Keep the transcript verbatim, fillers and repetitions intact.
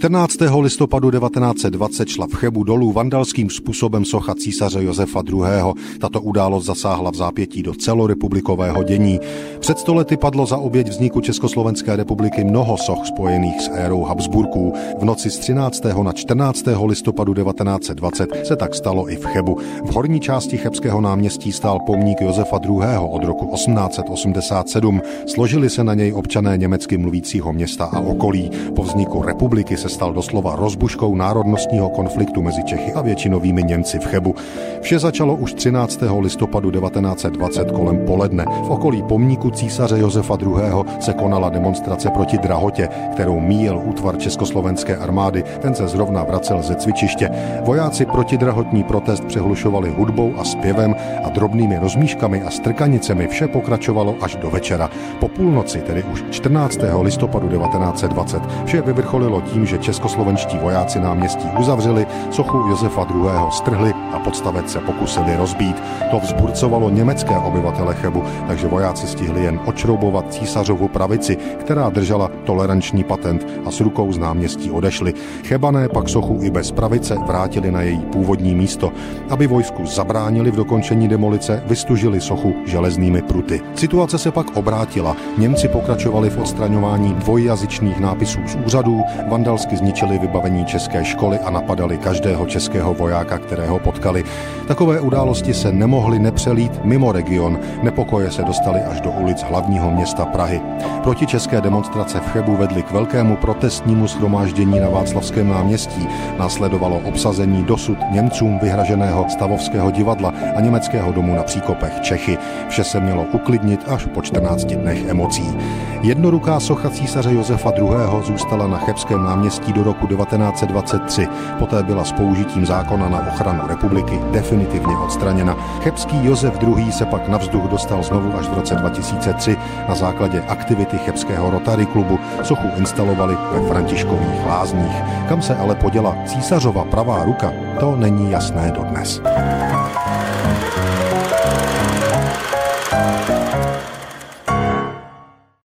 čtrnáctého listopadu devatenáct set dvacet šla v Chebu dolů vandalským způsobem socha císaře Josefa druhého. Tato událost zasáhla v zápětí do celorepublikového dění. Před sto lety padlo za oběť vzniku Československé republiky mnoho soch spojených s érou Habsburků. V noci z třináctého na čtrnáctého listopadu devatenáct set dvacet se tak stalo i v Chebu. V horní části chebského náměstí stál pomník Josefa druhého. od roku osmnáct set osmdesát sedm. Složili se na něj občané německy mluvícího města a okolí. Po vzniku republiky se stal doslova rozbuškou národnostního konfliktu mezi Čechy a většinovými Němci v Chebu. Vše začalo už třináctého listopadu devatenáct set dvacet kolem poledne. V okolí pomníku císaře Josefa druhého. se konala demonstrace proti drahotě, kterou míjel útvar československé armády. Ten se zrovna vracel ze cvičiště. Vojáci protidrahotní protest přehlušovali hudbou a zpěvem a drobnými rozmíškami a strkanicemi. Vše pokračovalo až do večera. Po půlnoci, tedy už čtrnáctého listopadu devatenáct set dvacet, vše vyvrcholilo tím, že českoslovenští vojáci náměstí uzavřeli, sochu Josefa druhého. strhli a podstavec se pokusili rozbít. To vzburcovalo německé obyvatele Chebu, takže vojáci stihli jen odšroubovat císařovu pravici, která držela toleranční patent, a s rukou z náměstí odešli. Chebané pak sochu i bez pravice vrátili na její původní místo. Aby vojsku zabránili v dokončení demolice, vystužili sochu železnými pruty. Situace se pak obrátila. Němci pokračovali v odstraňování dvojjazyčných nápisů z úřadů, vandalsky zničili vybavení české školy a napadali každého českého vojáka, kterého potkali. Takové události se nemohly nepřelít mimo region. Nepokoje se dostaly až do ulic hlavního města Prahy. Protičeské demonstrace v Chebu vedly k velkému protestnímu shromáždění na Václavském náměstí. Následovalo obsazení dosud Němcům vyhraženého Stavovského divadla a německého domu na Příkopech Čechy. Vše se mělo uklidnit až po čtrnácti dnech emocí. Jednoruká socha císaře Josefa druhého. zůstala na chebském náměstí do roku devatenáct set dvacet tři. Poté byla s použitím zákona na ochranu republiky definitivně odstraněna. Chebský Josef druhý. se pak na vzduch dostal znovu až v roce dva tisíce tři. Na základě aktivity chebského Rotary klubu sochu instalovali ve Františkových Lázních. Kam se ale poděla císařova pravá ruka, to není jasné dodnes.